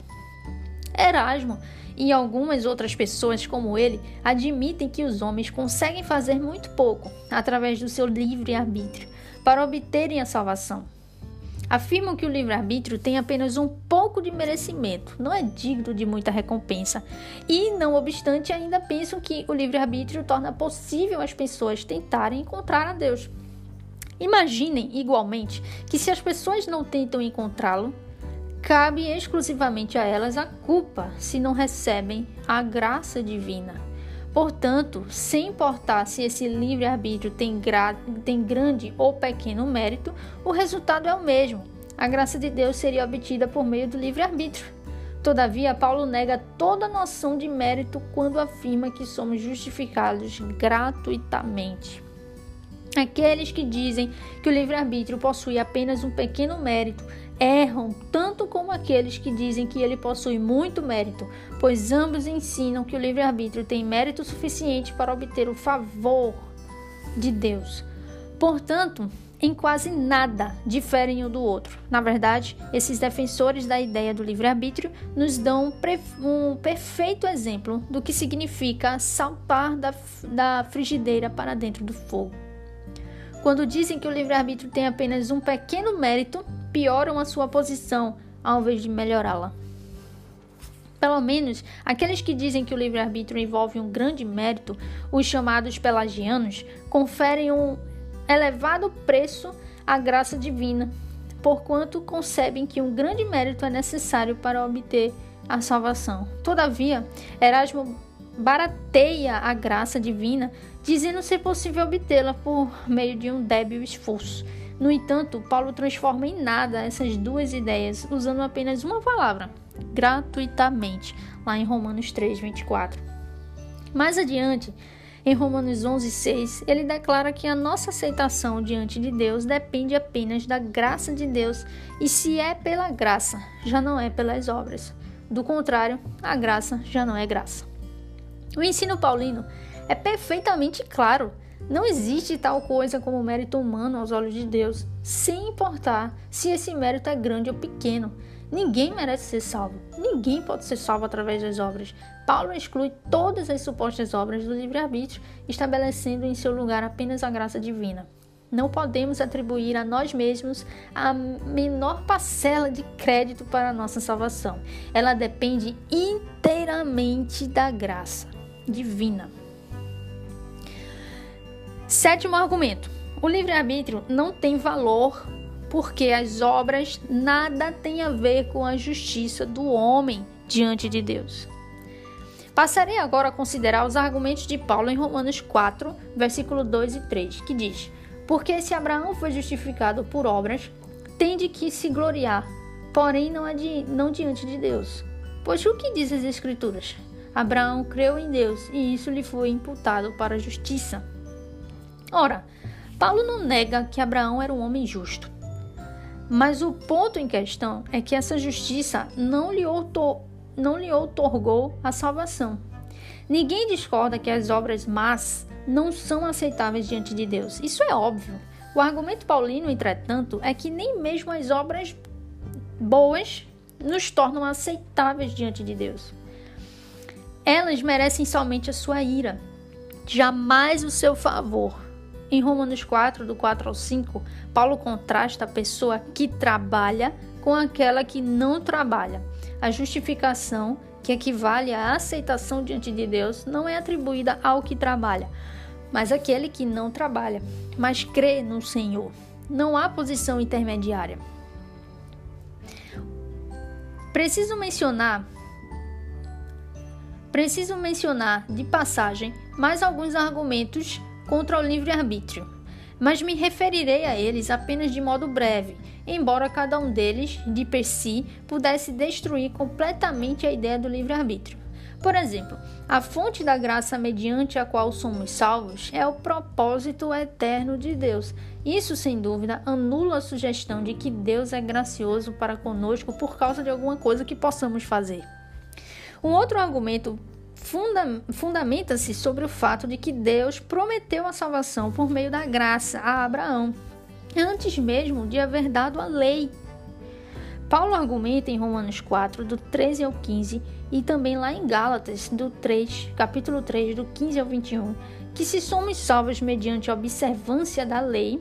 Erasmo e algumas outras pessoas como ele admitem que os homens conseguem fazer muito pouco, através do seu livre-arbítrio, para obterem a salvação. Afirmam que o livre-arbítrio tem apenas um pouco de merecimento, não é digno de muita recompensa, e, não obstante, ainda pensam que o livre-arbítrio torna possível as pessoas tentarem encontrar a Deus. Imaginem, igualmente, que se as pessoas não tentam encontrá-lo, cabe exclusivamente a elas a culpa se não recebem a graça divina. Portanto, sem importar se esse livre-arbítrio tem, gra- tem grande ou pequeno mérito, o resultado é o mesmo. A graça de Deus seria obtida por meio do livre-arbítrio. Todavia, Paulo nega toda noção de mérito quando afirma que somos justificados gratuitamente. Aqueles que dizem que o livre-arbítrio possui apenas um pequeno mérito erram tanto como aqueles que dizem que ele possui muito mérito, pois ambos ensinam que o livre-arbítrio tem mérito suficiente para obter o favor de Deus. Portanto, em quase nada diferem um do outro. Na verdade, esses defensores da ideia do livre-arbítrio nos dão um perfeito exemplo do que significa saltar da, da frigideira para dentro do fogo. Quando dizem que o livre-arbítrio tem apenas um pequeno mérito, pioram a sua posição ao invés de melhorá-la. Pelo menos, aqueles que dizem que o livre-arbítrio envolve um grande mérito, os chamados pelagianos, conferem um elevado preço à graça divina, porquanto concebem que um grande mérito é necessário para obter a salvação. Todavia, Erasmo barateia a graça divina, dizendo ser possível obtê-la por meio de um débil esforço. No entanto, Paulo transforma em nada essas duas ideias, usando apenas uma palavra, gratuitamente, lá em Romanos três, vinte e quatro. Mais adiante, em Romanos onze, seis, ele declara que a nossa aceitação diante de Deus depende apenas da graça de Deus, e se é pela graça, já não é pelas obras. Do contrário, a graça já não é graça. O ensino paulino é perfeitamente claro. Não existe tal coisa como mérito humano aos olhos de Deus, sem importar se esse mérito é grande ou pequeno. Ninguém merece ser salvo. Ninguém pode ser salvo através das obras. Paulo exclui todas as supostas obras do livre-arbítrio, estabelecendo em seu lugar apenas a graça divina. Não podemos atribuir a nós mesmos a menor parcela de crédito para a nossa salvação. Ela depende inteiramente da graça divina. Sétimo argumento. O livre-arbítrio não tem valor porque as obras nada têm a ver com a justiça do homem diante de Deus. Passarei agora a considerar os argumentos de Paulo em Romanos quatro, versículo dois e três, que diz: porque se Abraão foi justificado por obras, tem de que se gloriar, porém não, adi- não diante de Deus. Pois o que diz as Escrituras? Abraão creu em Deus e isso lhe foi imputado para a justiça. Ora, Paulo não nega que Abraão era um homem justo, mas o ponto em questão é que essa justiça não lhe, outor, não lhe outorgou a salvação. Ninguém discorda que as obras más não são aceitáveis diante de Deus. Isso é óbvio. O argumento paulino, entretanto, é que nem mesmo as obras boas nos tornam aceitáveis diante de Deus. Elas merecem somente a sua ira, jamais o seu favor. Em Romanos quatro, do quatro ao cinco, Paulo contrasta a pessoa que trabalha com aquela que não trabalha. A justificação, que equivale à aceitação diante de Deus, não é atribuída ao que trabalha, mas àquele que não trabalha, mas crê no Senhor. Não há posição intermediária. Preciso mencionar, preciso mencionar de passagem mais alguns argumentos contra o livre-arbítrio, mas me referirei a eles apenas de modo breve, embora cada um deles, de per si, pudesse destruir completamente a ideia do livre-arbítrio. Por exemplo, a fonte da graça mediante a qual somos salvos é o propósito eterno de Deus. Isso, sem dúvida, anula a sugestão de que Deus é gracioso para conosco por causa de alguma coisa que possamos fazer. Um outro argumento funda- fundamenta-se sobre o fato de que Deus prometeu a salvação por meio da graça a Abraão, antes mesmo de haver dado a lei. Paulo argumenta em Romanos quatro, do treze ao quinze, e também lá em Gálatas, do três, capítulo três, do quinze ao vinte e um, que se somos salvos mediante a observância da lei,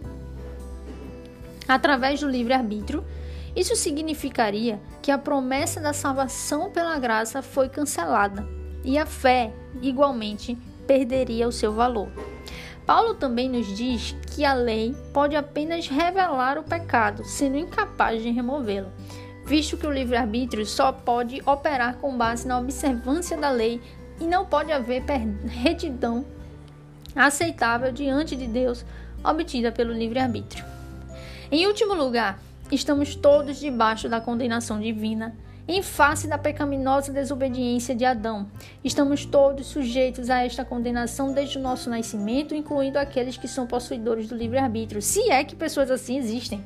através do livre-arbítrio, isso significaria que a promessa da salvação pela graça foi cancelada e a fé, igualmente, perderia o seu valor. Paulo também nos diz que a lei pode apenas revelar o pecado, sendo incapaz de removê-lo, visto que o livre-arbítrio só pode operar com base na observância da lei e não pode haver retidão aceitável diante de Deus obtida pelo livre-arbítrio. Em último lugar, estamos todos debaixo da condenação divina, em face da pecaminosa desobediência de Adão. Estamos todos sujeitos a esta condenação desde o nosso nascimento, incluindo aqueles que são possuidores do livre-arbítrio, se é que pessoas assim existem.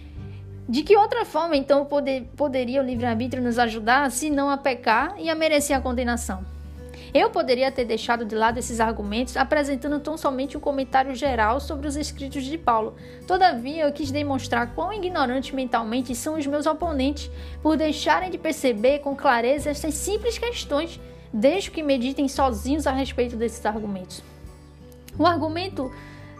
De que outra forma, então, poder, poderia o livre-arbítrio nos ajudar, se não a pecar e a merecer a condenação? Eu poderia ter deixado de lado esses argumentos, apresentando tão somente um comentário geral sobre os escritos de Paulo. Todavia, eu quis demonstrar quão ignorantes mentalmente são os meus oponentes, por deixarem de perceber com clareza estas simples questões, desde que meditem sozinhos a respeito desses argumentos. O argumento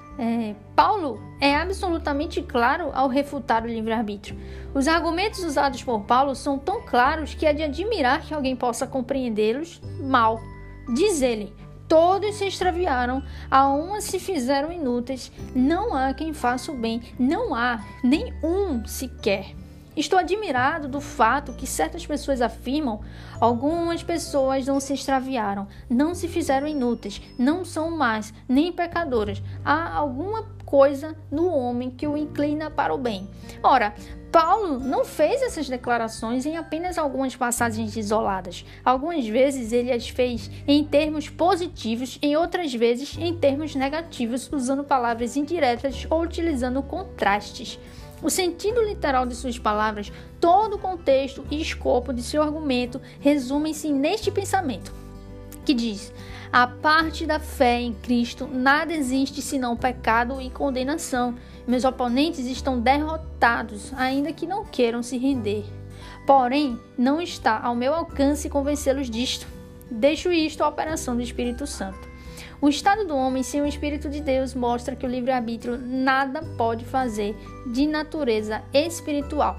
É, Paulo é absolutamente claro ao refutar o livre-arbítrio. Os argumentos usados por Paulo são tão claros que é de admirar que alguém possa compreendê-los mal. Diz ele: todos se extraviaram, a uma se fizeram inúteis, não há quem faça o bem, não há nem um sequer. Estou admirado do fato que certas pessoas afirmam: algumas pessoas não se extraviaram, não se fizeram inúteis, não são más, nem pecadoras. Há alguma coisa no homem que o inclina para o bem. Ora, Paulo não fez essas declarações em apenas algumas passagens isoladas. Algumas vezes ele as fez em termos positivos, em outras vezes em termos negativos, usando palavras indiretas ou utilizando contrastes. O sentido literal de suas palavras, todo o contexto e escopo de seu argumento resumem-se neste pensamento, que diz: a parte da fé em Cristo nada existe senão pecado e condenação. Meus oponentes estão derrotados, ainda que não queiram se render. Porém, não está ao meu alcance convencê-los disto. Deixo isto à operação do Espírito Santo. O estado do homem sem o Espírito de Deus mostra que o livre-arbítrio nada pode fazer de natureza espiritual.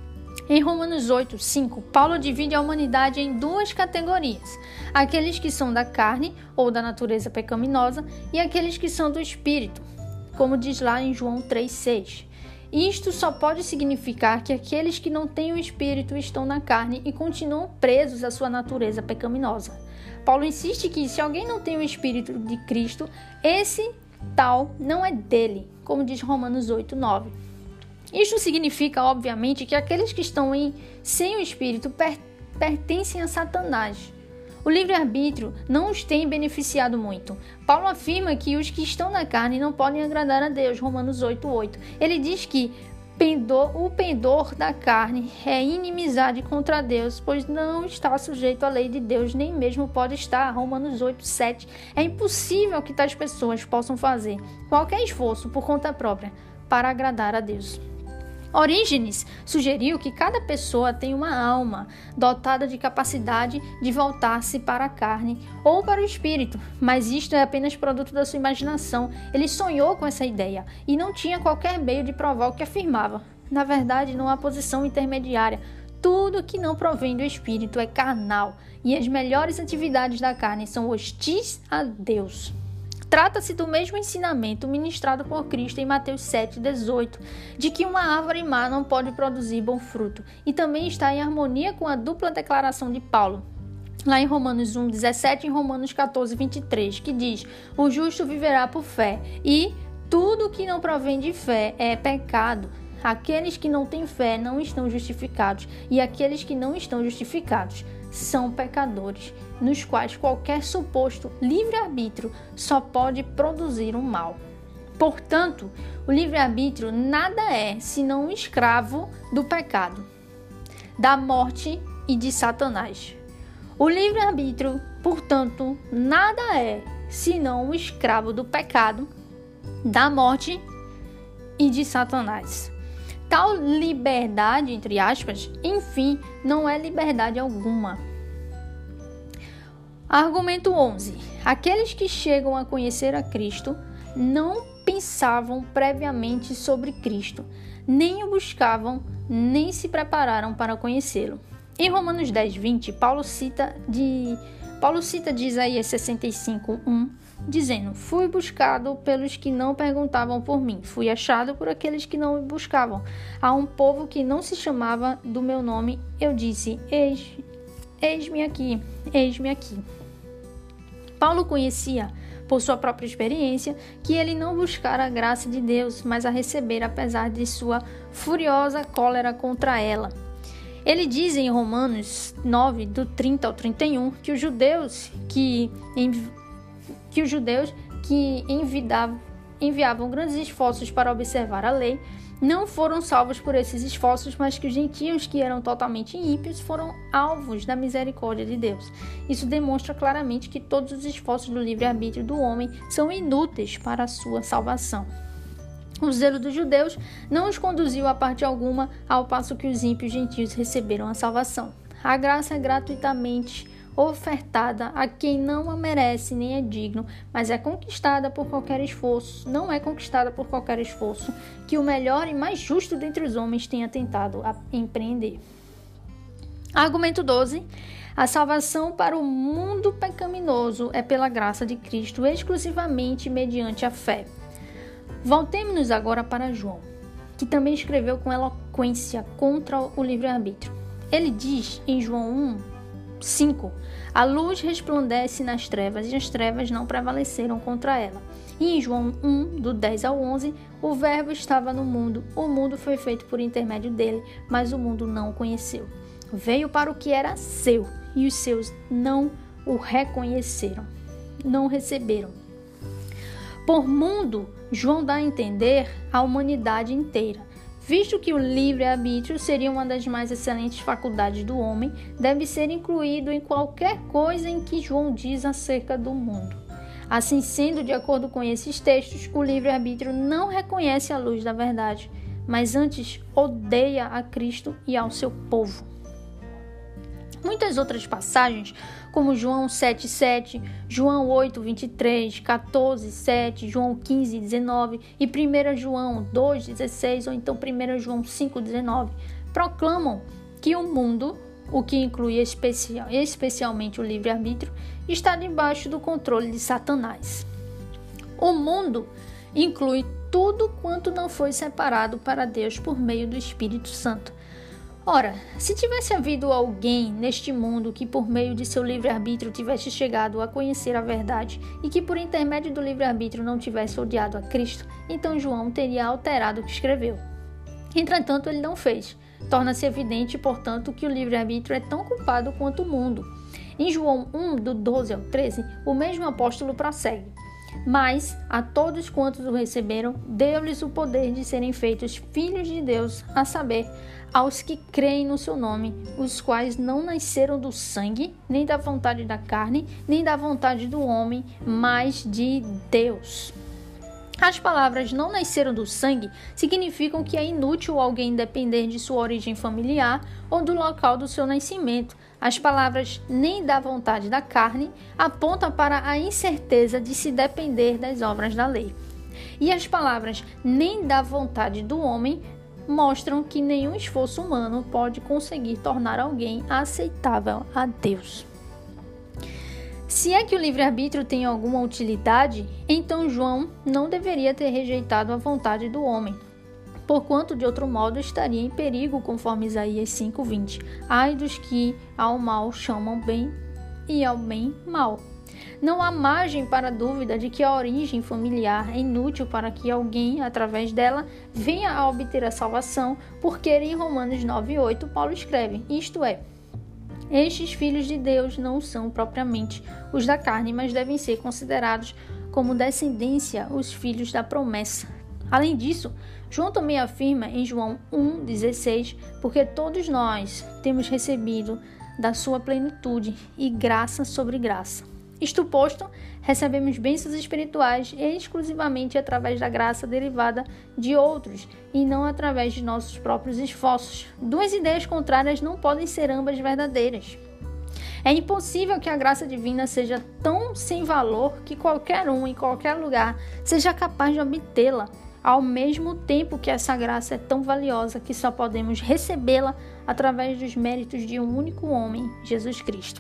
Em Romanos oito, cinco, Paulo divide a humanidade em duas categorias: aqueles que são da carne ou da natureza pecaminosa e aqueles que são do Espírito, como diz lá em João três, seis. Isto só pode significar que aqueles que não têm o Espírito estão na carne e continuam presos à sua natureza pecaminosa. Paulo insiste que se alguém não tem o Espírito de Cristo, esse tal não é dele, como diz Romanos oito, nove. Isto significa, obviamente, que aqueles que estão em, sem o Espírito per, pertencem a Satanás. O livre-arbítrio não os tem beneficiado muito. Paulo afirma que os que estão na carne não podem agradar a Deus, Romanos oito, oito. Ele diz que pendor, o pendor da carne é inimizade contra Deus, pois não está sujeito à lei de Deus, nem mesmo pode estar. Romanos oito, sete. É impossível que tais pessoas possam fazer qualquer esforço por conta própria para agradar a Deus. Orígenes sugeriu que cada pessoa tem uma alma dotada de capacidade de voltar-se para a carne ou para o espírito, mas isto é apenas produto da sua imaginação. Ele sonhou com essa ideia e não tinha qualquer meio de provar o que afirmava. Na verdade, não há posição intermediária. Tudo que não provém do espírito é carnal, e as melhores atividades da carne são hostis a Deus. Trata-se do mesmo ensinamento ministrado por Cristo em Mateus sete, dezoito, de que uma árvore má não pode produzir bom fruto, e também está em harmonia com a dupla declaração de Paulo, lá em Romanos um, dezessete e em Romanos catorze, vinte e três, que diz: o justo viverá por fé, e tudo que não provém de fé é pecado. Aqueles que não têm fé não estão justificados, e aqueles que não estão justificados são pecadores, nos quais qualquer suposto livre-arbítrio só pode produzir um mal. Portanto, o livre-arbítrio nada é senão um escravo do pecado, da morte e de Satanás. O livre-arbítrio, portanto, nada é senão um escravo do pecado, da morte e de Satanás. Tal liberdade, entre aspas, enfim, não é liberdade alguma. Argumento onze. Aqueles que chegam a conhecer a Cristo não pensavam previamente sobre Cristo, nem o buscavam, nem se prepararam para conhecê-lo. Em Romanos dez, vinte, Paulo cita de, Paulo cita de Isaías sessenta e cinco, um, dizendo: fui buscado pelos que não perguntavam por mim, fui achado por aqueles que não me buscavam. A um povo que não se chamava do meu nome, eu disse: Eis, eis-me aqui, eis-me aqui. Paulo conhecia, por sua própria experiência, que ele não buscara a graça de Deus, mas a receber apesar de sua furiosa cólera contra ela. Ele diz em Romanos nove, do trinta ao trinta e um, que os judeus que, envi... que, os judeus que envidavam, enviavam grandes esforços para observar a lei não foram salvos por esses esforços, mas que os gentios que eram totalmente ímpios foram alvos da misericórdia de Deus. Isso demonstra claramente que todos os esforços do livre-arbítrio do homem são inúteis para a sua salvação. O zelo dos judeus não os conduziu a parte alguma, ao passo que os ímpios gentios receberam a salvação. A graça é gratuitamente ofertada a quem não a merece nem é digno, mas é conquistada por qualquer esforço, não é conquistada por qualquer esforço que o melhor e mais justo dentre os homens tenha tentado a empreender. Argumento doze. A salvação para o mundo pecaminoso é pela graça de Cristo, exclusivamente mediante a fé. Voltemos-nos agora para João, que também escreveu com eloquência contra o livre-arbítrio. Ele diz em João um, cinco: a luz resplandece nas trevas e as trevas não prevaleceram contra ela. E em João um, do dez ao onze, o verbo estava no mundo, o mundo foi feito por intermédio dele, mas o mundo não o conheceu. Veio para o que era seu, e os seus não o reconheceram, não o receberam. Por mundo, João dá a entender a humanidade inteira. Visto que o livre-arbítrio seria uma das mais excelentes faculdades do homem, deve ser incluído em qualquer coisa em que João diz acerca do mundo. Assim sendo, de acordo com esses textos, o livre-arbítrio não reconhece a luz da verdade, mas antes odeia a Cristo e ao seu povo. Muitas outras passagens, como João sete, sete, João oito, vinte e três, catorze, sete, João quinze, dezenove e primeiro João dois, dezesseis ou então primeiro João cinco, dezenove, proclamam que o mundo, o que inclui especial, especialmente o livre-arbítrio, está debaixo do controle de Satanás. O mundo inclui tudo quanto não foi separado para Deus por meio do Espírito Santo. Ora, se tivesse havido alguém neste mundo que por meio de seu livre-arbítrio tivesse chegado a conhecer a verdade e que por intermédio do livre-arbítrio não tivesse odiado a Cristo, então João teria alterado o que escreveu. Entretanto, ele não fez. Torna-se evidente, portanto, que o livre-arbítrio é tão culpado quanto o mundo. Em João um, do doze ao treze, o mesmo apóstolo prossegue: Mas a todos quantos o receberam, deu-lhes o poder de serem feitos filhos de Deus, a saber, aos que creem no seu nome, os quais não nasceram do sangue, nem da vontade da carne, nem da vontade do homem, mas de Deus. As palavras não nasceram do sangue significam que é inútil alguém depender de sua origem familiar ou do local do seu nascimento. As palavras nem da vontade da carne apontam para a incerteza de se depender das obras da lei. E as palavras nem da vontade do homem mostram que nenhum esforço humano pode conseguir tornar alguém aceitável a Deus. Se é que o livre-arbítrio tem alguma utilidade, então João não deveria ter rejeitado a vontade do homem, porquanto de outro modo estaria em perigo, conforme Isaías cinco, vinte. Ai dos que ao mal chamam bem e ao bem mal. Não há margem para dúvida de que a origem familiar é inútil para que alguém, através dela, venha a obter a salvação, porque em Romanos nove, oito, Paulo escreve, isto é, estes filhos de Deus não são propriamente os da carne, mas devem ser considerados como descendência os filhos da promessa. Além disso, João também afirma em João um, dezesseis, porque todos nós temos recebido da sua plenitude e graça sobre graça. Isto posto, recebemos bênçãos espirituais exclusivamente através da graça derivada de outros e não através de nossos próprios esforços. Duas ideias contrárias não podem ser ambas verdadeiras. É impossível que a graça divina seja tão sem valor que qualquer um, em qualquer lugar, seja capaz de obtê-la, ao mesmo tempo que essa graça é tão valiosa que só podemos recebê-la através dos méritos de um único homem, Jesus Cristo.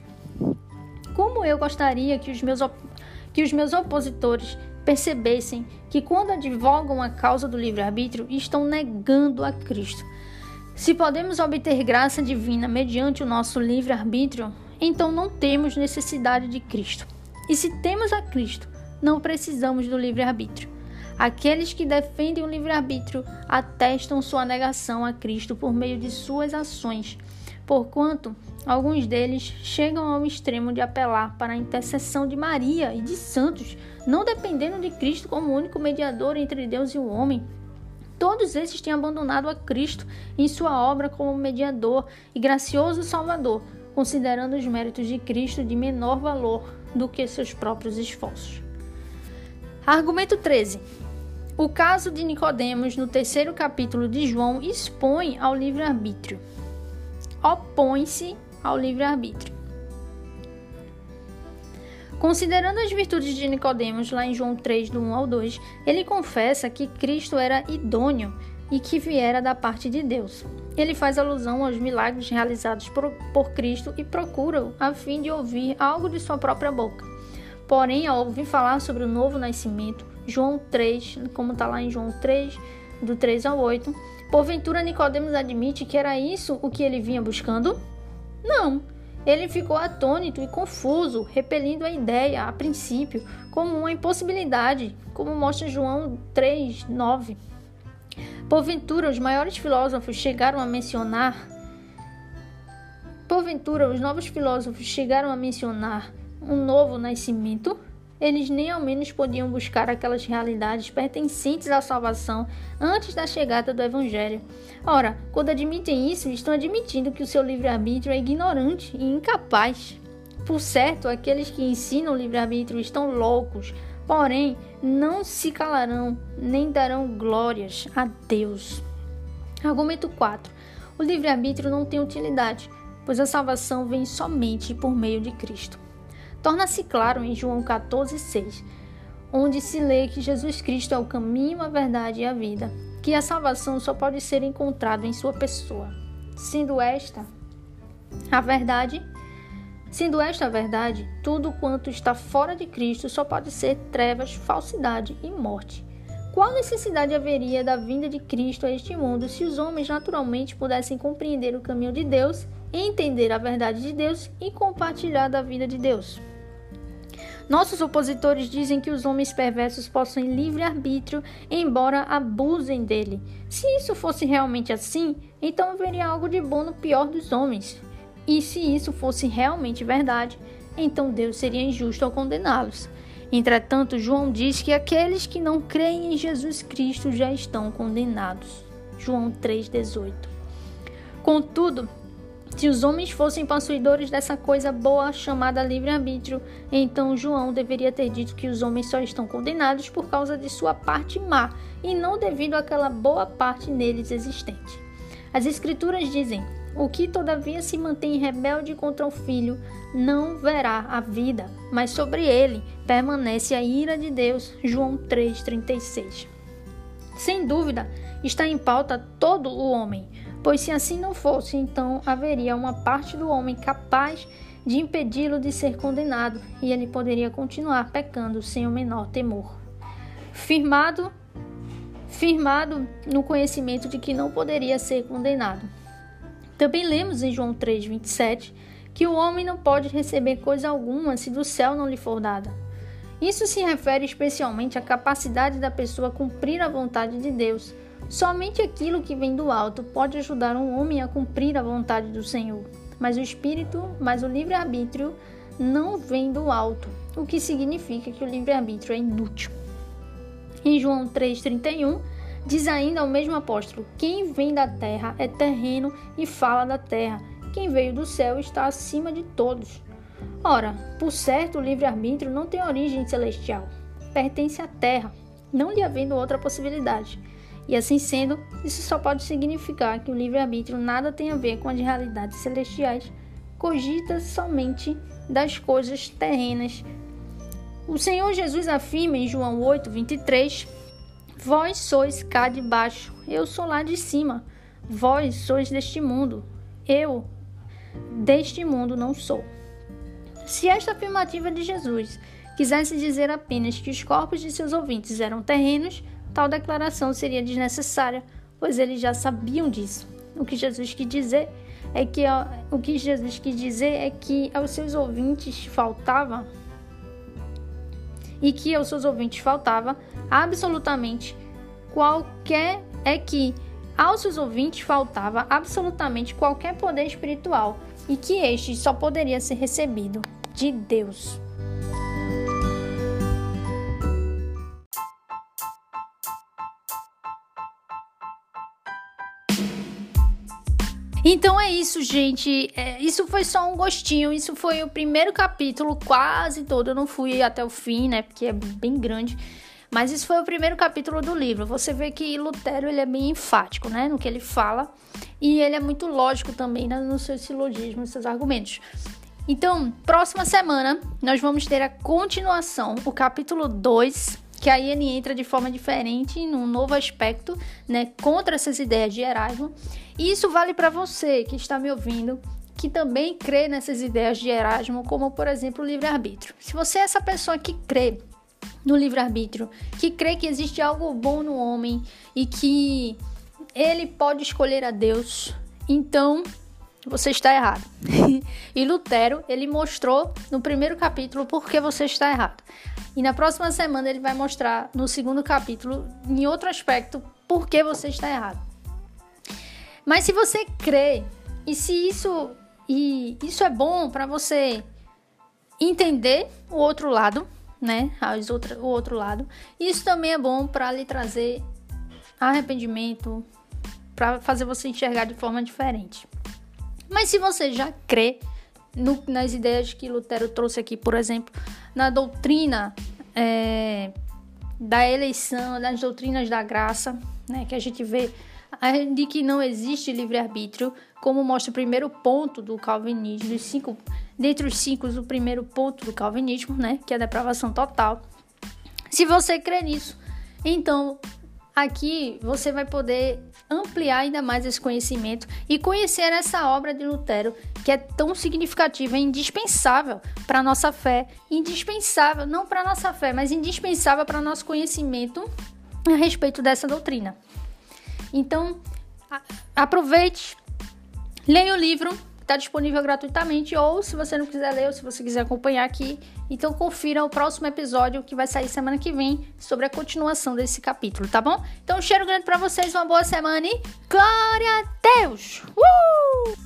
Como eu gostaria que os meus, que os meus opositores percebessem que quando advogam a causa do livre-arbítrio, estão negando a Cristo. Se podemos obter graça divina mediante o nosso livre-arbítrio, então não temos necessidade de Cristo. E se temos a Cristo, não precisamos do livre-arbítrio. Aqueles que defendem o livre-arbítrio atestam sua negação a Cristo por meio de suas ações, porquanto alguns deles chegam ao extremo de apelar para a intercessão de Maria e de santos, não dependendo de Cristo como único mediador entre Deus e o homem. Todos esses têm abandonado a Cristo em sua obra como mediador e gracioso Salvador, considerando os méritos de Cristo de menor valor do que seus próprios esforços. Argumento treze. O caso de Nicodemos, no terceiro capítulo de João, expõe ao livre-arbítrio. Opõe-se ao livre-arbítrio. Considerando as virtudes de Nicodemos, lá em João três, do um ao dois, ele confessa que Cristo era idôneo e que viera da parte de Deus. Ele faz alusão aos milagres realizados por, por Cristo e procura-o a fim de ouvir algo de sua própria boca. Porém, ao ouvir falar sobre o novo nascimento, João três, como está lá em João três, do três ao oito, porventura Nicodemos admite que era isso o que ele vinha buscando? Não. Ele ficou atônito e confuso, repelindo a ideia, a princípio, como uma impossibilidade, como mostra João três, nove. Porventura, os maiores filósofos chegaram a mencionar... Porventura, os novos filósofos chegaram a mencionar um novo nascimento? Eles nem ao menos podiam buscar aquelas realidades pertencentes à salvação antes da chegada do Evangelho. Ora, quando admitem isso, estão admitindo que o seu livre-arbítrio é ignorante e incapaz. Por certo, aqueles que ensinam o livre-arbítrio estão loucos, porém, não se calarão, nem darão glórias a Deus. Argumento quatro. O livre-arbítrio não tem utilidade, pois a salvação vem somente por meio de Cristo. Torna-se claro em João quatorze, seis, onde se lê que Jesus Cristo é o caminho, a verdade e a vida, que a salvação só pode ser encontrada em sua pessoa. Sendo esta a verdade, sendo esta a verdade, tudo quanto está fora de Cristo só pode ser trevas, falsidade e morte. Qual necessidade haveria da vinda de Cristo a este mundo se os homens naturalmente pudessem compreender o caminho de Deus, entender a verdade de Deus e compartilhar da vida de Deus? Nossos opositores dizem que os homens perversos possuem livre-arbítrio, embora abusem dele. Se isso fosse realmente assim, então haveria algo de bom no pior dos homens. E se isso fosse realmente verdade, então Deus seria injusto ao condená-los. Entretanto, João diz que aqueles que não creem em Jesus Cristo já estão condenados. João três, dezoito. Contudo, se os homens fossem possuidores dessa coisa boa chamada livre-arbítrio, então João deveria ter dito que os homens só estão condenados por causa de sua parte má e não devido àquela boa parte neles existente. As Escrituras dizem: o que todavia se mantém rebelde contra o Filho não verá a vida, mas sobre ele permanece a ira de Deus. João três, trinta e seis. Sem dúvida, está em pauta todo o homem, pois se assim não fosse, então haveria uma parte do homem capaz de impedi-lo de ser condenado, e ele poderia continuar pecando sem o menor temor. Firmado, firmado no conhecimento de que não poderia ser condenado. Também lemos em João três, vinte e sete, que o homem não pode receber coisa alguma se do céu não lhe for dada. Isso se refere especialmente à capacidade da pessoa cumprir a vontade de Deus. Somente aquilo que vem do alto pode ajudar um homem a cumprir a vontade do Senhor. Mas o Espírito, mas o livre-arbítrio não vem do alto, o que significa que o livre-arbítrio é inútil. Em João três, trinta e um, diz ainda o mesmo apóstolo: quem vem da terra é terreno e fala da terra. Quem veio do céu está acima de todos. Ora, por certo, o livre-arbítrio não tem origem celestial. Pertence à terra, não lhe havendo outra possibilidade. E assim sendo, isso só pode significar que o livre-arbítrio nada tem a ver com as realidades celestiais, cogita somente das coisas terrenas. O Senhor Jesus afirma em João oito, vinte e três: vós sois cá de baixo, eu sou lá de cima. Vós sois deste mundo, eu deste mundo não sou. Se esta afirmativa de Jesus quisesse dizer apenas que os corpos de seus ouvintes eram terrenos, tal declaração seria desnecessária, pois eles já sabiam disso. O que Jesus quis dizer é que o que Jesus quis dizer é que aos seus ouvintes faltava e que aos seus ouvintes faltava absolutamente qualquer é que aos seus ouvintes faltava absolutamente qualquer poder espiritual e que este só poderia ser recebido de Deus. Então é isso, gente. É, isso foi só um gostinho. Isso foi o primeiro capítulo, quase todo. Eu não fui até o fim, né? Porque é bem grande. Mas isso foi o primeiro capítulo do livro. Você vê que Lutero ele é bem enfático, né? No que ele fala. E ele é muito lógico também, né? No seu silogismo, nos seus argumentos. Então, próxima semana, nós vamos ter a continuação, o capítulo dois, que aí ele entra de forma diferente, num novo aspecto, né, contra essas ideias de Erasmo. E isso vale para você que está me ouvindo, que também crê nessas ideias de Erasmo, como, por exemplo, o livre-arbítrio. Se você é essa pessoa que crê no livre-arbítrio, que crê que existe algo bom no homem e que ele pode escolher a Deus, então você está errado. E Lutero, ele mostrou no primeiro capítulo por que você está errado. E na próxima semana ele vai mostrar no segundo capítulo, em outro aspecto, por que você está errado. Mas se você crê, e se isso, e isso é bom para você entender o outro lado, né? As outra, o outro lado, isso também é bom para lhe trazer arrependimento, para fazer você enxergar de forma diferente. Mas se você já crê no, nas ideias que Lutero trouxe aqui, por exemplo, na doutrina é, da eleição, nas doutrinas da graça, né, que a gente vê de que não existe livre-arbítrio, como mostra o primeiro ponto do calvinismo, dos cinco, dentre os cinco, o primeiro ponto do calvinismo, né, que é a depravação total. Se você crê nisso, então aqui você vai poder ampliar ainda mais esse conhecimento e conhecer essa obra de Lutero, que é tão significativa e indispensável para a nossa fé, indispensável, não para a nossa fé, mas indispensável para o nosso conhecimento a respeito dessa doutrina. Então, aproveite, leia o livro, está disponível gratuitamente, ou se você não quiser ler, ou se você quiser acompanhar aqui, então confira o próximo episódio que vai sair semana que vem sobre a continuação desse capítulo, tá bom? Então um cheiro grande para vocês, uma boa semana e glória a Deus! Uh!